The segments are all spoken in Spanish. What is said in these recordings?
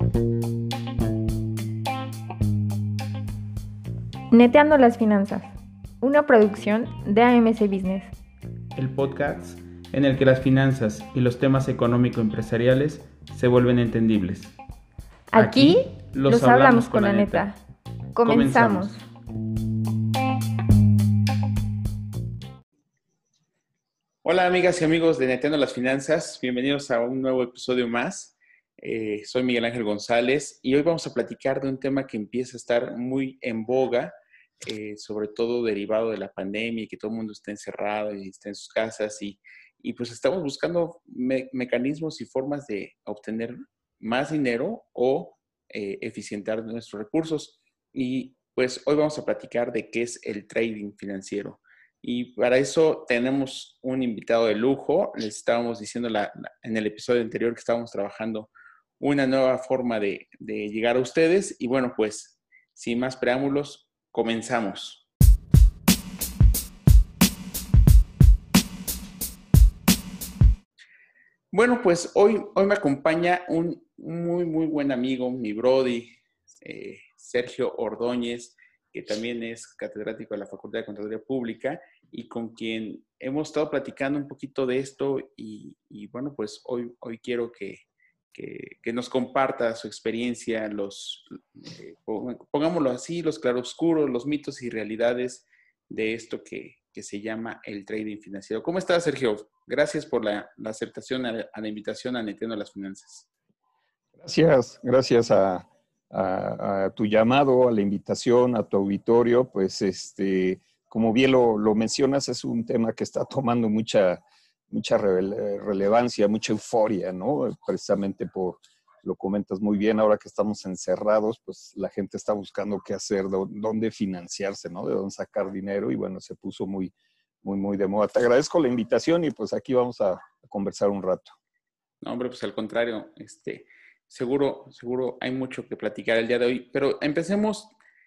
Neteando las finanzas, una producción de AMC Business. El podcast en el que las finanzas y los temas económico-empresariales se vuelven entendibles. Aquí los hablamos con la neta. Comenzamos. Hola amigas y amigos de Neteando las Finanzas, bienvenidos a un nuevo episodio más. Soy Miguel Ángel González y hoy vamos a platicar de un tema que empieza a estar muy en boga, sobre todo derivado de la pandemia y que todo el mundo está encerrado y está en sus casas y pues estamos buscando mecanismos y formas de obtener más dinero o eficientar nuestros recursos. Y pues hoy vamos a platicar de qué es el trading financiero. Y para eso tenemos un invitado de lujo. Les estábamos diciendo en el episodio anterior que estábamos trabajando una nueva forma de llegar a ustedes. Y bueno, pues sin más preámbulos, comenzamos. Bueno, pues hoy me acompaña un muy buen amigo, mi brody, Sergio Ordóñez, que también es catedrático de la Facultad de Contaduría Pública y con quien hemos estado platicando un poquito de esto y bueno, pues hoy quiero que nos comparta su experiencia, pongámoslo así, los claroscuros, los mitos y realidades de esto que se llama el trading financiero. ¿Cómo estás, Sergio? Gracias por la aceptación a la invitación a Neteando las Finanzas. Gracias a tu llamado, a la invitación, a tu auditorio. Pues como bien lo mencionas, es un tema que está tomando mucha relevancia, mucha euforia, ¿no? Precisamente lo comentas muy bien, ahora que estamos encerrados, pues la gente está buscando qué hacer, dónde financiarse, ¿no? De dónde sacar dinero y bueno, se puso muy de moda. Te agradezco la invitación y pues aquí vamos a conversar un rato. No, hombre, pues al contrario, seguro hay mucho que platicar el día de hoy, pero empecemos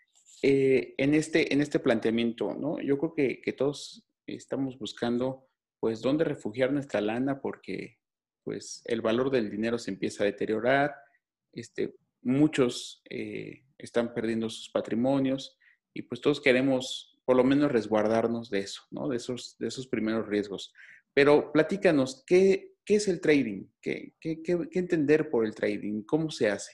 en este planteamiento, ¿no? Yo creo que todos estamos buscando, pues, dónde refugiar nuestra lana porque, pues, el valor del dinero se empieza a deteriorar, muchos están perdiendo sus patrimonios y, pues, todos queremos, por lo menos, resguardarnos de eso, ¿no? De esos primeros riesgos. Pero platícanos, ¿qué es el trading? ¿Qué entender por el trading? ¿Cómo se hace?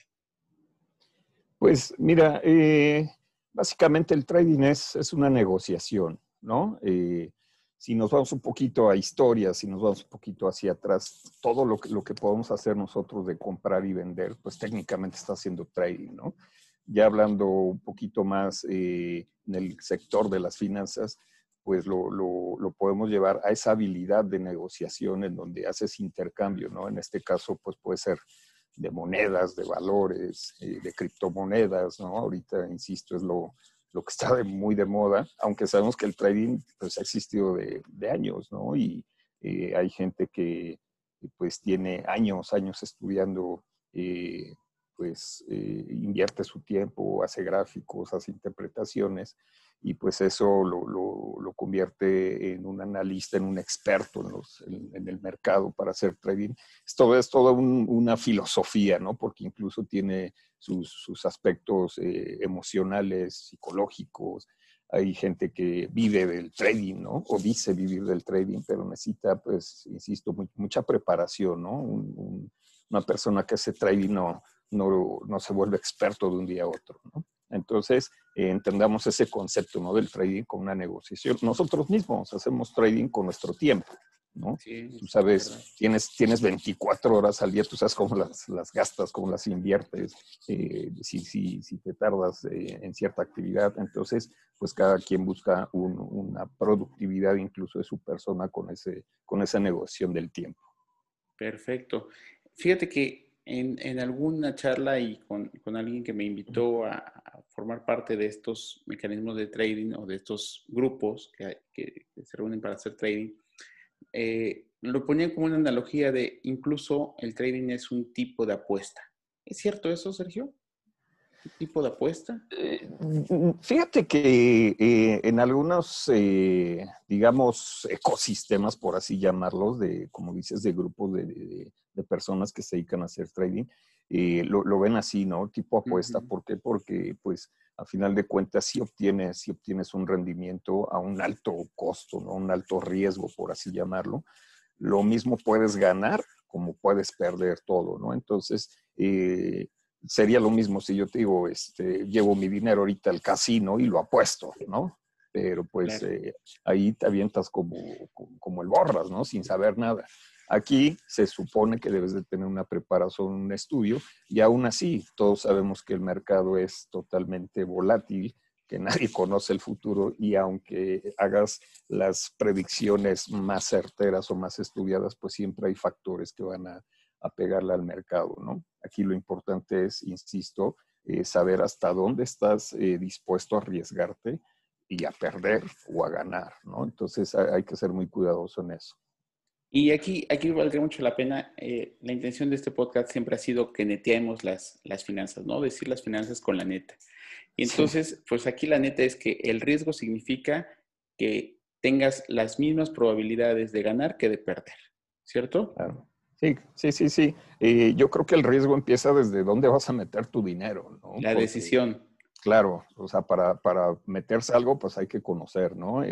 Pues mira, básicamente el trading es una negociación, ¿no? Si nos vamos un poquito a historia, si nos vamos un poquito hacia atrás, todo lo que podemos hacer nosotros de comprar y vender, pues técnicamente está haciendo trading, ¿no? Ya hablando un poquito más en el sector de las finanzas, pues lo podemos llevar a esa habilidad de negociación en donde haces intercambio, ¿no? En este caso, pues puede ser de monedas, de valores, de criptomonedas, ¿no? Ahorita, insisto, es lo que está muy de moda, aunque sabemos que el trading pues ha existido de años, ¿no? Y hay gente que pues tiene años estudiando, invierte su tiempo, hace gráficos, hace interpretaciones, y pues eso lo convierte en un analista, en un experto en el mercado para hacer trading. Es toda una filosofía, ¿no? Porque incluso tiene sus aspectos emocionales, psicológicos. Hay gente que vive del trading, ¿no? O dice vivir del trading, pero necesita, pues, insisto, mucha preparación, ¿no? Una persona que hace trading no se vuelve experto de un día a otro, ¿no? Entonces, entendamos ese concepto, ¿no? Del trading como una negociación. Nosotros mismos hacemos trading con nuestro tiempo, ¿no? Sí, Tú sabes, tienes 24 horas al día, tú sabes cómo las gastas, cómo las inviertes, si te tardas en cierta actividad. Entonces, pues cada quien busca una productividad incluso de su persona con esa negociación del tiempo. Perfecto. Fíjate que en alguna charla y con alguien que me invitó a formar parte de estos mecanismos de trading o de estos grupos que se reúnen para hacer trading, lo ponían como una analogía de incluso el trading es un tipo de apuesta. ¿Es cierto eso, Sergio? tipo de apuesta? Fíjate que en algunos, digamos, ecosistemas, por así llamarlos, como dices, de grupos de personas que se dedican a hacer trading, lo ven así, ¿no? Tipo apuesta. Ujú. ¿Por qué? Porque, pues, a final de cuentas, sí obtienes un rendimiento a un alto costo, ¿no? Un alto riesgo, por así llamarlo. Lo mismo puedes ganar como puedes perder todo, ¿no? Entonces, sería lo mismo si yo te digo, llevo mi dinero ahorita al casino y lo apuesto, ¿no? Pero pues Claro. ahí te avientas como el borras, ¿no? Sin saber nada. Aquí se supone que debes de tener una preparación, un estudio, y aún así todos sabemos que el mercado es totalmente volátil, que nadie conoce el futuro, y aunque hagas las predicciones más certeras o más estudiadas, pues siempre hay factores que van a pegarle al mercado, ¿no? Aquí lo importante es, insisto, saber hasta dónde estás dispuesto a arriesgarte y a perder o a ganar, ¿no? Entonces hay que ser muy cuidadoso en eso. Y aquí valdría mucho la pena, la intención de este podcast siempre ha sido que neteemos las finanzas, ¿no? Decir las finanzas con la neta. Y Sí, entonces, pues aquí la neta es que el riesgo significa que tengas las mismas probabilidades de ganar que de perder, ¿cierto? claro. Sí, sí, sí, sí. Yo creo que el riesgo empieza desde dónde vas a meter tu dinero, ¿no? La Porque decisión, claro, o sea, para meterse algo, pues hay que conocer, ¿no?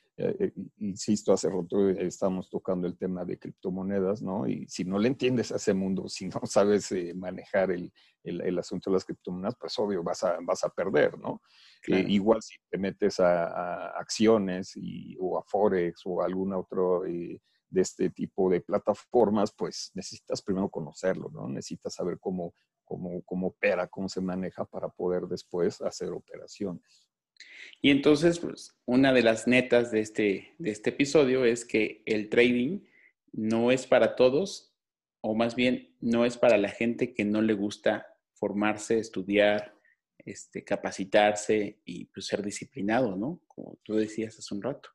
Insisto, hace rato estábamos tocando el tema de criptomonedas, ¿no? Y si no le entiendes a ese mundo, si no sabes manejar el asunto de las criptomonedas, pues obvio vas a perder, ¿no? claro. Igual si te metes a acciones o a Forex o a algún otro de este tipo de plataformas, pues necesitas primero conocerlo, ¿no? Necesitas saber cómo opera, cómo se maneja para poder después hacer operaciones. Y entonces, pues, una de las netas de este episodio es que el trading no es para todos, o más bien no es para la gente que no le gusta formarse, estudiar, capacitarse y pues, ser disciplinado, ¿no? Como tú decías hace un rato.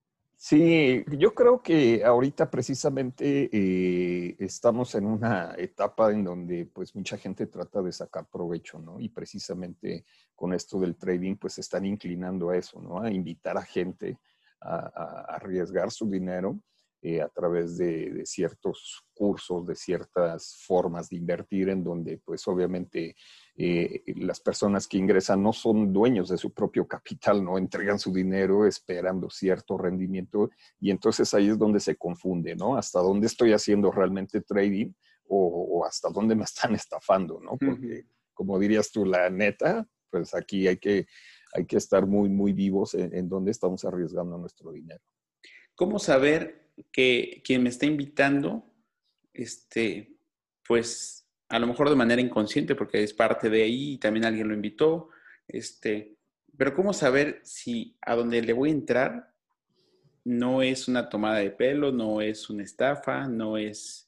Sí, yo creo que ahorita precisamente estamos en una etapa en donde pues mucha gente trata de sacar provecho, ¿no? Y precisamente con esto del trading pues se están inclinando a eso, ¿no? A invitar a gente a arriesgar su dinero a través de ciertos cursos, de ciertas formas de invertir en donde pues obviamente las personas que ingresan no son dueños de su propio capital, no entregan su dinero esperando cierto rendimiento y entonces ahí es donde se confunde, ¿no? Hasta dónde estoy haciendo realmente trading o hasta dónde me están estafando, ¿no? Porque como dirías tú, la neta, pues aquí hay que estar muy, muy vivos en dónde estamos arriesgando nuestro dinero. ¿Cómo saber que quien me está invitando, este, pues a lo mejor de manera inconsciente, porque es parte de ahí y también alguien lo invitó, este, pero cómo saber si a donde le voy a entrar no es una tomada de pelo, no es una estafa, no es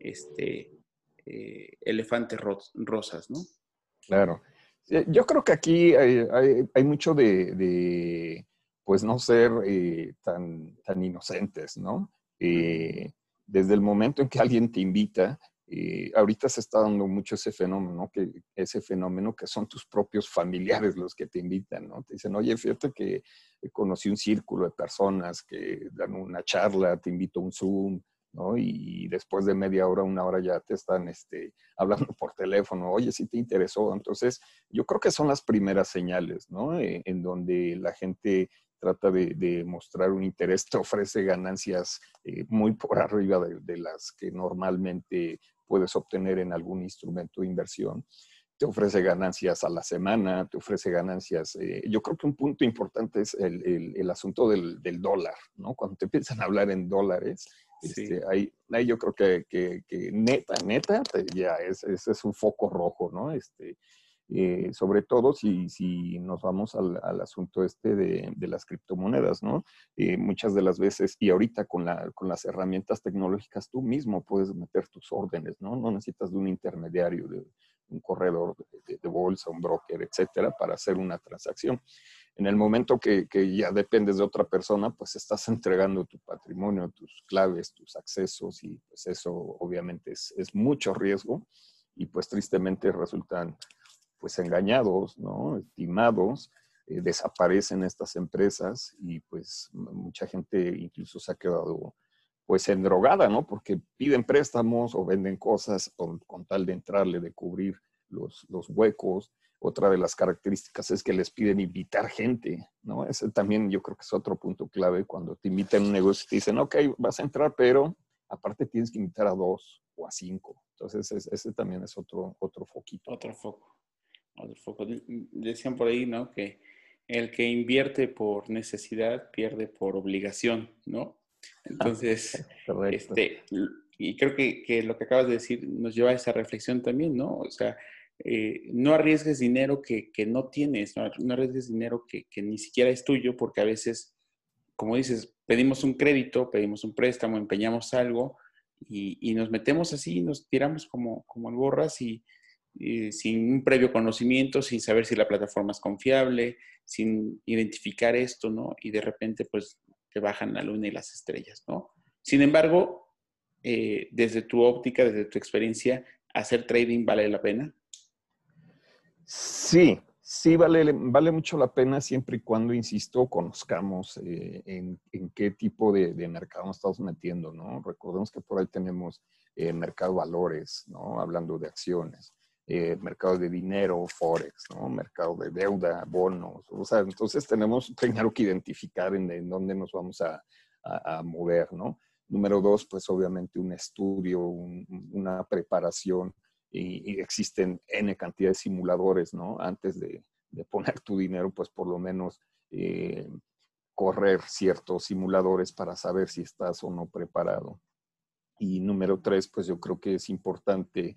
elefantes rosas, ¿no? Claro. Yo creo que aquí hay mucho pues, no ser tan inocentes, ¿no? Ujú. Desde el momento en que alguien te invita, ahorita se está dando mucho ese fenómeno que son tus propios familiares los que te invitan, ¿no? Te dicen, oye, fíjate que conocí un círculo de personas que dan una charla, te invito a un Zoom, ¿no? Y después de media hora, una hora ya te están hablando por teléfono, oye, si te interesó. Entonces, yo creo que son las primeras señales, ¿no? En donde la gente trata de mostrar un interés, te ofrece ganancias muy por arriba de las que normalmente puedes obtener en algún instrumento de inversión. Te ofrece ganancias a la semana, te ofrece ganancias. Yo creo que un punto importante es el asunto del dólar, ¿no? Cuando te empiezan a hablar en dólares, Sí. ahí yo creo que neta, ya ese es un foco rojo, ¿no? Sobre todo si nos vamos al asunto de las criptomonedas, ¿no? Muchas de las veces, y ahorita con las herramientas tecnológicas, tú mismo puedes meter tus órdenes, ¿no? No necesitas de un intermediario, de un corredor de bolsa, un broker, etcétera, para hacer una transacción. En el momento que ya dependes de otra persona, pues estás entregando tu patrimonio, tus claves, tus accesos y pues eso obviamente es mucho riesgo y pues tristemente resultan pues engañados, ¿no? Timados, desaparecen estas empresas y pues mucha gente incluso se ha quedado pues endrogada, ¿no? Porque piden préstamos o venden cosas con tal de entrarle, de cubrir los huecos. Otra de las características es que les piden invitar gente, ¿no? Ese también yo creo que es otro punto clave cuando te invitan a un negocio y te dicen, ok, vas a entrar, pero aparte tienes que invitar a 2 o a 5. Entonces ese también es otro foquito. Otro foco. Otro foco. Decían por ahí, ¿no? Que el que invierte por necesidad pierde por obligación, ¿no? Entonces, Correcto. y creo que lo que acabas de decir nos lleva a esa reflexión también, ¿no? O sea, no arriesgues dinero que no tienes, no arriesgues dinero que ni siquiera es tuyo, porque a veces, como dices, pedimos un crédito, pedimos un préstamo, empeñamos algo y nos metemos así, nos tiramos como alborras y sin un previo conocimiento, sin saber si la plataforma es confiable, sin identificar esto, ¿no? Y de repente, pues, te bajan la luna y las estrellas, ¿no? Sin embargo, desde tu óptica, desde tu experiencia, ¿hacer trading vale la pena? Sí, vale mucho la pena siempre y cuando, insisto, conozcamos en qué tipo de mercado nos estamos metiendo, ¿no? Recordemos que por ahí tenemos mercado de valores, ¿no? Hablando de acciones, mercado de dinero, forex, ¿no? Mercado de deuda, bonos, o sea, entonces tenemos primero que identificar en dónde nos vamos a mover, ¿no? Número 2, pues obviamente un estudio, una preparación y existen N cantidad de simuladores, ¿no? Antes de poner tu dinero, pues por lo menos correr ciertos simuladores para saber si estás o no preparado. Y número 3, pues yo creo que es importante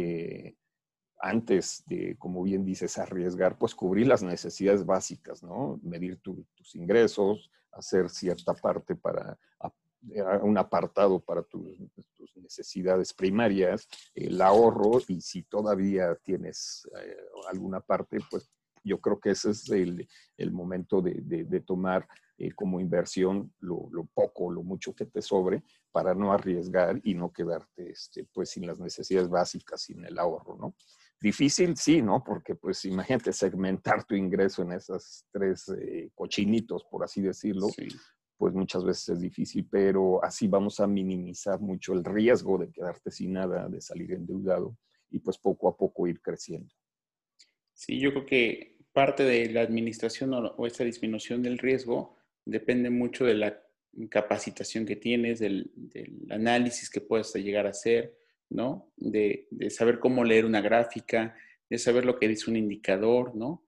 antes de, como bien dices, arriesgar, pues cubrir las necesidades básicas, ¿no? Medir tus ingresos, hacer cierta parte para un apartado para tus necesidades primarias, el ahorro, y si todavía tienes alguna parte, pues yo creo que ese es el momento de tomar como inversión lo poco, lo mucho que te sobre, para no arriesgar y no quedarte pues sin las necesidades básicas, sin el ahorro, ¿no? Difícil, sí, ¿no? Porque pues imagínate segmentar tu ingreso en esas 3 cochinitos, por así decirlo, Sí. pues muchas veces es difícil, pero así vamos a minimizar mucho el riesgo de quedarte sin nada, de salir endeudado y pues poco a poco ir creciendo. Sí, yo creo que parte de la administración o esta disminución del riesgo depende mucho de la capacitación que tienes, del análisis que puedes llegar a hacer, ¿no? De saber cómo leer una gráfica, de saber lo que dice un indicador, ¿no?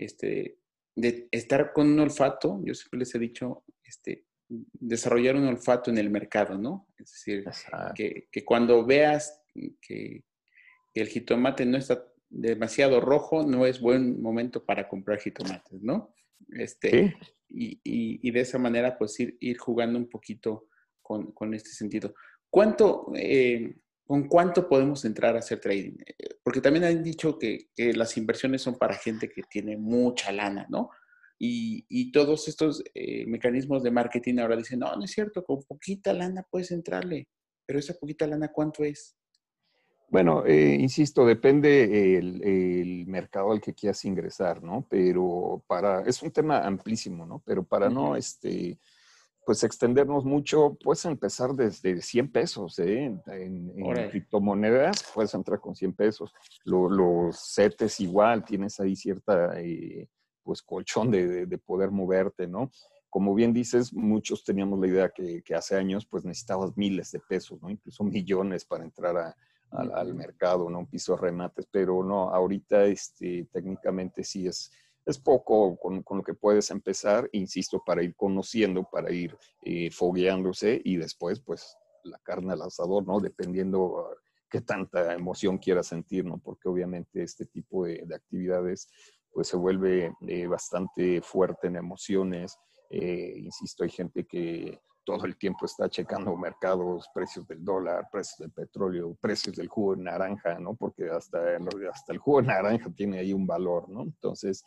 De estar con un olfato, yo siempre les he dicho, desarrollar un olfato en el mercado, ¿no? Es decir, Exacto. que cuando veas que el jitomate no está demasiado rojo, no es buen momento para comprar jitomates, ¿no? Este, Sí, y de esa manera, pues ir jugando un poquito con este sentido. ¿Cuánto, con cuánto podemos entrar a hacer trading? Porque también han dicho que las inversiones son para gente que tiene mucha lana, ¿no? Y todos estos mecanismos de marketing ahora dicen, no, no es cierto, con poquita lana puedes entrarle, pero esa poquita lana, ¿cuánto es? bueno, insisto, depende el mercado al que quieras ingresar, ¿no? Pero es un tema amplísimo, ¿no? Pero para no, Ujú. pues extendernos mucho, puedes empezar desde 100 pesos, ¿eh? En Órale. criptomonedas puedes entrar con 100 pesos. Los CETES igual, tienes ahí cierta, pues colchón de poder moverte, ¿no? Como bien dices, muchos teníamos la idea que hace años pues necesitabas miles de pesos, ¿no? Incluso millones para entrar al Ujú. mercado, ¿no? Un piso de remates, pero no, ahorita técnicamente sí es poco con lo que puedes empezar, insisto, para ir conociendo, para ir fogueándose y después, pues, la carne al asador, ¿no? Dependiendo qué tanta emoción quieras sentir, ¿no? Porque obviamente este tipo de actividades, pues, se vuelve bastante fuerte en emociones. Insisto, hay gente que todo el tiempo está checando mercados, precios del dólar, precios del petróleo, precios del jugo de naranja, ¿no? Porque hasta el jugo de naranja tiene ahí un valor, ¿no? Entonces,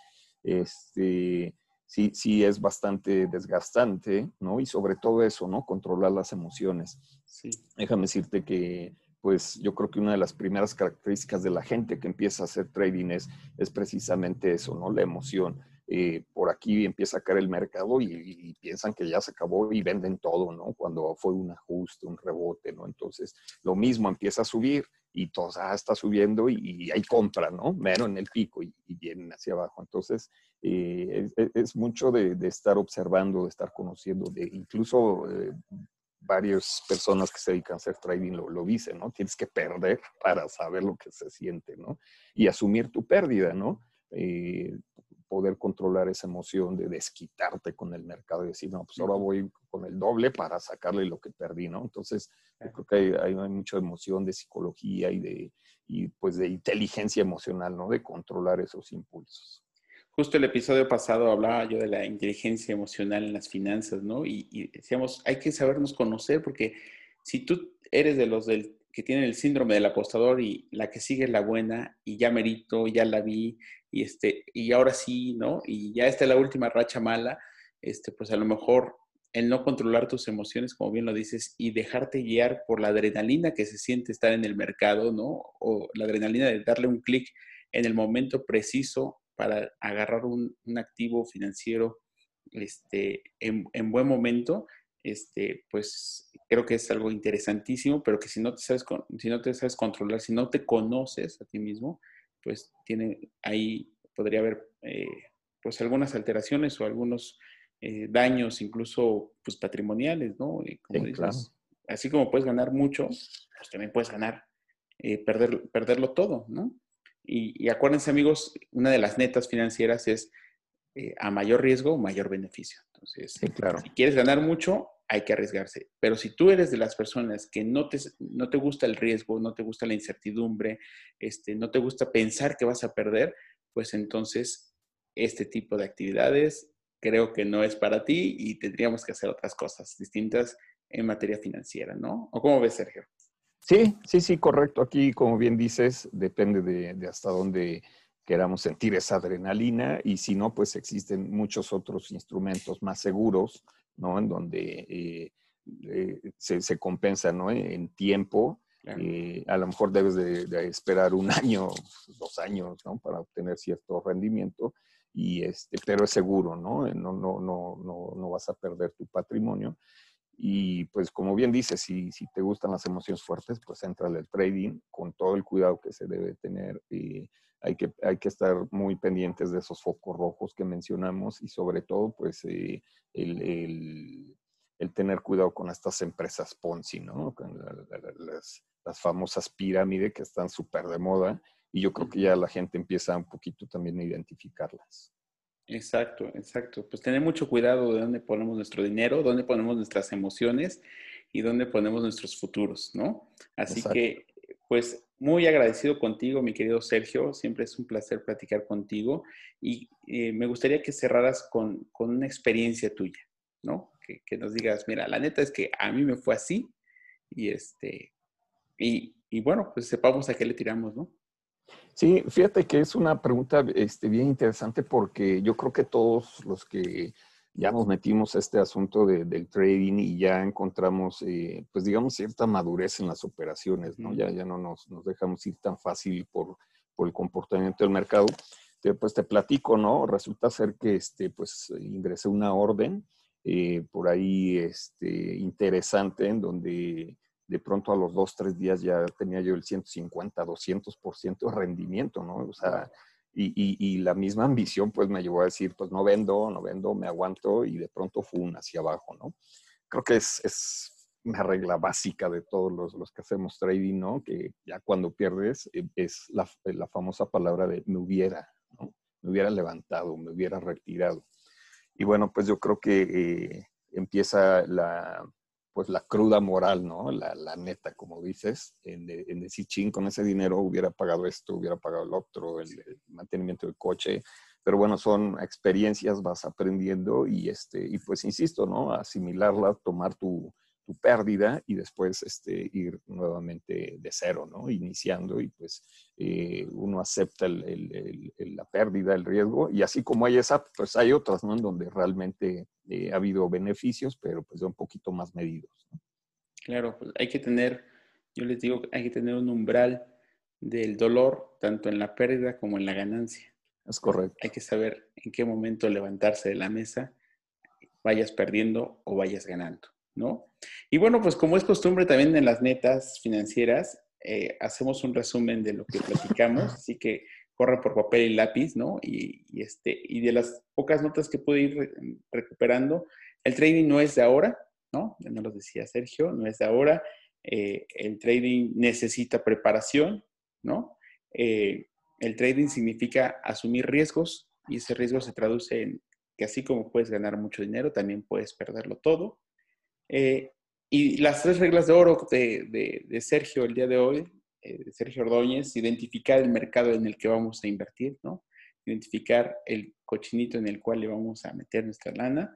sí es bastante desgastante, ¿no? Y sobre todo eso, ¿no? Controlar las emociones. Sí. Déjame decirte que pues yo creo que una de las primeras características de la gente que empieza a hacer trading es precisamente eso, ¿no? La emoción. Por aquí empieza a caer el mercado y piensan que ya se acabó y venden todo, ¿no? Cuando fue un ajuste, un rebote, ¿no? Entonces, lo mismo empieza a subir y todos, está subiendo y hay compra, ¿no? Mero en el pico y vienen hacia abajo. Entonces, es mucho de estar observando, de estar conociendo, de incluso varias personas que se dedican a hacer trading lo dicen, ¿no? Tienes que perder para saber lo que se siente, ¿no? Y asumir tu pérdida, ¿no? Poder controlar esa emoción de desquitarte con el mercado y decir, no, pues ahora voy con el doble para sacarle lo que perdí, ¿no? Entonces, yo creo que hay mucha emoción de psicología y pues de inteligencia emocional, ¿no? De controlar esos impulsos. Justo el episodio pasado hablaba yo de la inteligencia emocional en las finanzas, ¿no? Y decíamos, hay que sabernos conocer porque si tú eres de los que tienen el síndrome del apostador y la que sigue es la buena y ya merito, ya la vi y ahora sí, ¿no? Y ya esta es la última racha mala, pues a lo mejor el no controlar tus emociones, como bien lo dices, y dejarte guiar por la adrenalina que se siente estar en el mercado, ¿no? O la adrenalina de darle un clic en el momento preciso para agarrar un activo financiero en buen momento, pues creo que es algo interesantísimo, pero que si no te sabes controlar, si no te conoces a ti mismo, pues ahí podría haber pues algunas alteraciones o algunos daños incluso pues patrimoniales, ¿no? Y como Sí, claro. dices, así como puedes ganar mucho, pues también puedes perderlo todo, ¿no? Y acuérdense, amigos, una de las netas financieras es a mayor riesgo, mayor beneficio. Entonces, Sí, claro. si quieres ganar mucho, hay que arriesgarse. Pero si tú eres de las personas que no te gusta el riesgo, no te gusta la incertidumbre, no te gusta pensar que vas a perder, pues entonces este tipo de actividades creo que no es para ti y tendríamos que hacer otras cosas distintas en materia financiera, ¿no? ¿O cómo ves, Sergio? Sí, correcto. Aquí, como bien dices, depende de hasta dónde queramos sentir esa adrenalina y si no, pues existen muchos otros instrumentos más seguros, ¿no? En donde se compensa, ¿no? En tiempo. Claro. A lo mejor debes de esperar un año, 2 años, ¿no? Para obtener cierto rendimiento, pero es seguro, ¿no? No vas a perder tu patrimonio. Y pues como bien dices, si te gustan las emociones fuertes, pues entra al trading con todo el cuidado que se debe tener. Y hay que estar muy pendientes de esos focos rojos que mencionamos y sobre todo pues el, el, el tener cuidado con estas empresas Ponzi, ¿no? Con las famosas pirámides que están súper de moda y yo creo que ya la gente empieza un poquito también a identificarlas. Exacto, exacto. Pues tener mucho cuidado de dónde ponemos nuestro dinero, dónde ponemos nuestras emociones y dónde ponemos nuestros futuros, ¿no? Así Exacto. que, pues muy agradecido contigo, mi querido Sergio. Siempre es un placer platicar contigo y me gustaría que cerraras con una experiencia tuya, ¿no? Que nos digas, mira, la neta es que a mí me fue así y y bueno, pues sepamos a qué le tiramos, ¿no? Sí, fíjate que es una pregunta bien interesante porque yo creo que todos los que ya nos metimos a este asunto del trading y ya encontramos, pues digamos, cierta madurez en las operaciones, ¿no? Ujú. Ya no nos dejamos ir tan fácil por el comportamiento del mercado. Pues te platico, ¿no? Resulta ser que pues ingresé una orden por ahí interesante en donde de pronto a los 2, 3 días ya tenía yo el 150, 200% de rendimiento, ¿no? O Wow. sea, y la misma ambición pues me llevó a decir, pues no vendo, me aguanto y de pronto fue un hacia abajo, ¿no? Creo que es una regla básica de todos los que hacemos trading, ¿no? Que ya cuando pierdes es la famosa palabra de me hubiera, ¿no? Me hubiera levantado, me hubiera retirado. Y bueno, pues yo creo que empieza pues la cruda moral, ¿no? La neta, como dices, en decir, ching, con ese dinero hubiera pagado esto, hubiera pagado el otro, el mantenimiento del coche. Pero bueno, son experiencias, vas aprendiendo y pues insisto, ¿no? Asimilarla, tomar tu pérdida y después ir nuevamente de cero, ¿no? Iniciando y pues uno acepta la pérdida, el riesgo y así como hay esa, pues hay otras, ¿no? En donde realmente ha habido beneficios, pero pues de un poquito más medidos, ¿no? Claro, pues hay que tener Yo les digo que hay que tener un umbral del dolor, tanto en la pérdida como en la ganancia. Es correcto. Hay que saber en qué momento levantarse de la mesa, vayas perdiendo o vayas ganando, ¿no? Y bueno, pues como es costumbre también en las netas financieras, hacemos un resumen de lo que platicamos, así que corre por papel y lápiz, ¿no? Y de las pocas notas que pude ir recuperando, el trading no es de ahora, ¿no? Ya nos lo decía Sergio, no es de ahora. El trading necesita preparación, ¿no? El trading significa asumir riesgos y ese riesgo se traduce en que así como puedes ganar mucho dinero, también puedes perderlo todo. Y las 3 reglas de oro de Sergio el día de hoy, de Sergio Ordóñez: identificar el mercado en el que vamos a invertir, ¿no? Identificar el cochinito en el cual le vamos a meter nuestra lana.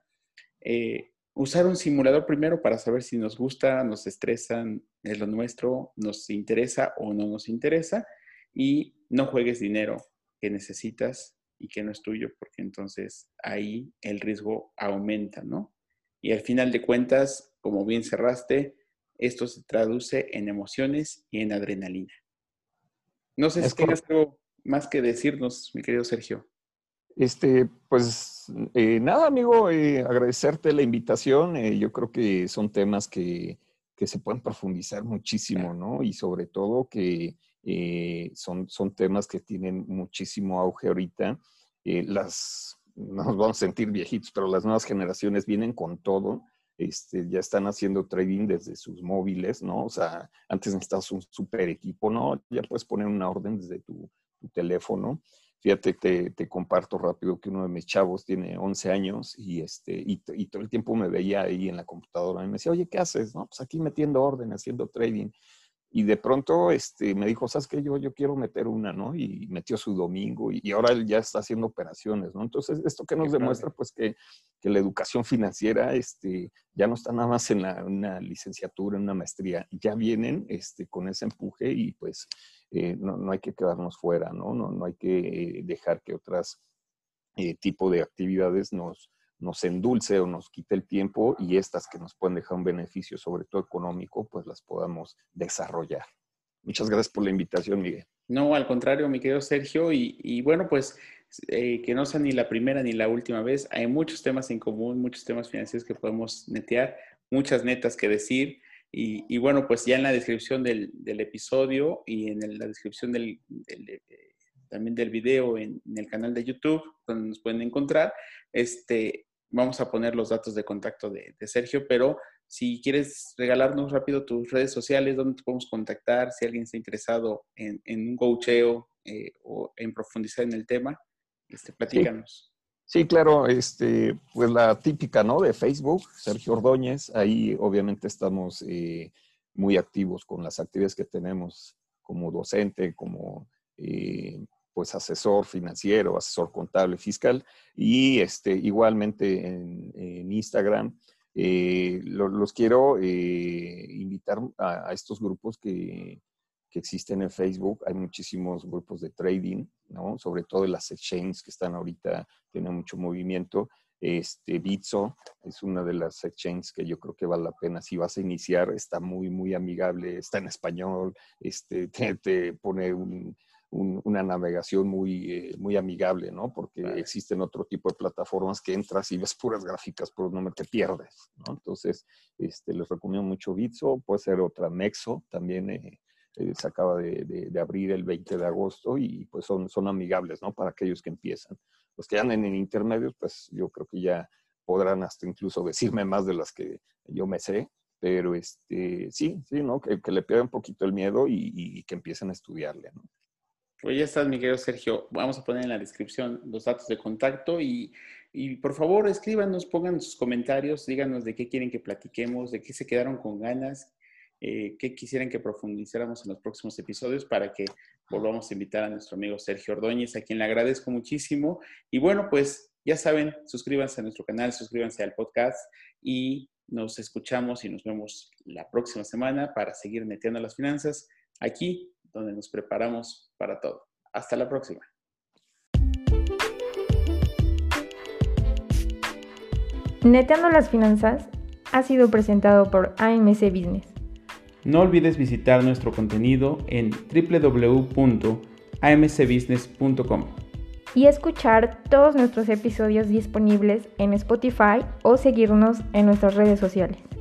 Usar un simulador primero para saber si nos gusta, nos estresa, es lo nuestro, nos interesa o no nos interesa. Y no juegues dinero que necesitas y que no es tuyo, porque entonces ahí el riesgo aumenta, ¿no? Y al final de cuentas, como bien cerraste, esto se traduce en emociones y en adrenalina. No sé si tengas algo más que decirnos, mi querido Sergio. Pues nada, amigo, agradecerte la invitación. Yo creo que son temas que se pueden profundizar muchísimo, ¿no? Y sobre todo que son temas que tienen muchísimo auge ahorita. Nos vamos a sentir viejitos, pero las nuevas generaciones vienen con todo. Ya están haciendo trading desde sus móviles, ¿no? O sea, antes necesitabas un super equipo, ¿no? Ya puedes poner una orden desde tu teléfono. Fíjate, te comparto rápido que uno de mis chavos tiene 11 años y todo el tiempo me veía ahí en la computadora y me decía, oye, ¿qué haces? No, pues aquí metiendo orden, haciendo trading. Y de pronto me dijo, ¿sabes qué? Yo quiero meter una, ¿no? Y metió su domingo y ahora él ya está haciendo operaciones, ¿no? Entonces, esto que nos demuestra, pues, que la educación financiera ya no está nada más en una licenciatura, en una maestría, ya vienen con ese empuje y pues no hay que quedarnos fuera, ¿no? No hay que dejar que otras tipo de actividades nos endulce o nos quite el tiempo y estas que nos pueden dejar un beneficio, sobre todo económico, pues las podamos desarrollar. Muchas gracias por la invitación, Miguel. No, al contrario, mi querido Sergio, y bueno, pues que no sea ni la primera ni la última vez. Hay muchos temas en común, muchos temas financieros que podemos netear, muchas netas que decir. Y bueno, pues ya en la descripción del episodio y en la descripción también del video en el canal de YouTube, donde nos pueden encontrar, vamos a poner los datos de contacto de Sergio, pero si quieres regalarnos rápido tus redes sociales, donde te podemos contactar, si alguien está interesado en un coacheo o en profundizar en el tema, platícanos. Sí, claro, pues la típica, ¿no? De Facebook, Sergio Ordóñez, ahí obviamente estamos muy activos con las actividades que tenemos como docente, como pues asesor financiero, asesor contable, fiscal, y igualmente en Instagram. Los quiero invitar a estos grupos que existen en Facebook. Hay muchísimos grupos de trading, ¿no? Sobre todo las exchanges que están ahorita, tienen mucho movimiento. Bitso es una de las exchanges que yo creo que vale la pena. Si vas a iniciar, está muy, muy amigable, está en español, te pone una navegación muy, muy amigable, ¿no? Porque existen otro tipo de plataformas que entras y ves puras gráficas, pero no te pierdes, ¿no? Entonces, les recomiendo mucho Bitso. Puede ser otra, Nexo, también se acaba de abrir el 20 de agosto y pues son amigables, ¿no? Para aquellos que empiezan. Los que andan en intermedios, pues yo creo que ya podrán hasta incluso decirme más de las que yo me sé, pero sí, ¿no? Que le pierdan un poquito el miedo y que empiecen a estudiarle, ¿no? Pues ya estás, mi querido Sergio. Vamos a poner en la descripción los datos de contacto y por favor escríbanos, pongan sus comentarios, díganos de qué quieren que platiquemos, de qué se quedaron con ganas, qué quisieran que profundizáramos en los próximos episodios para que volvamos a invitar a nuestro amigo Sergio Ordóñez, a quien le agradezco muchísimo. Y bueno, pues ya saben, suscríbanse a nuestro canal, suscríbanse al podcast y nos escuchamos y nos vemos la próxima semana para seguir neteando las finanzas aquí, donde nos preparamos para todo. Hasta la próxima. Neteando las finanzas ha sido presentado por AMC Business. No olvides visitar nuestro contenido en www.amcbusiness.com y escuchar todos nuestros episodios disponibles en Spotify o seguirnos en nuestras redes sociales.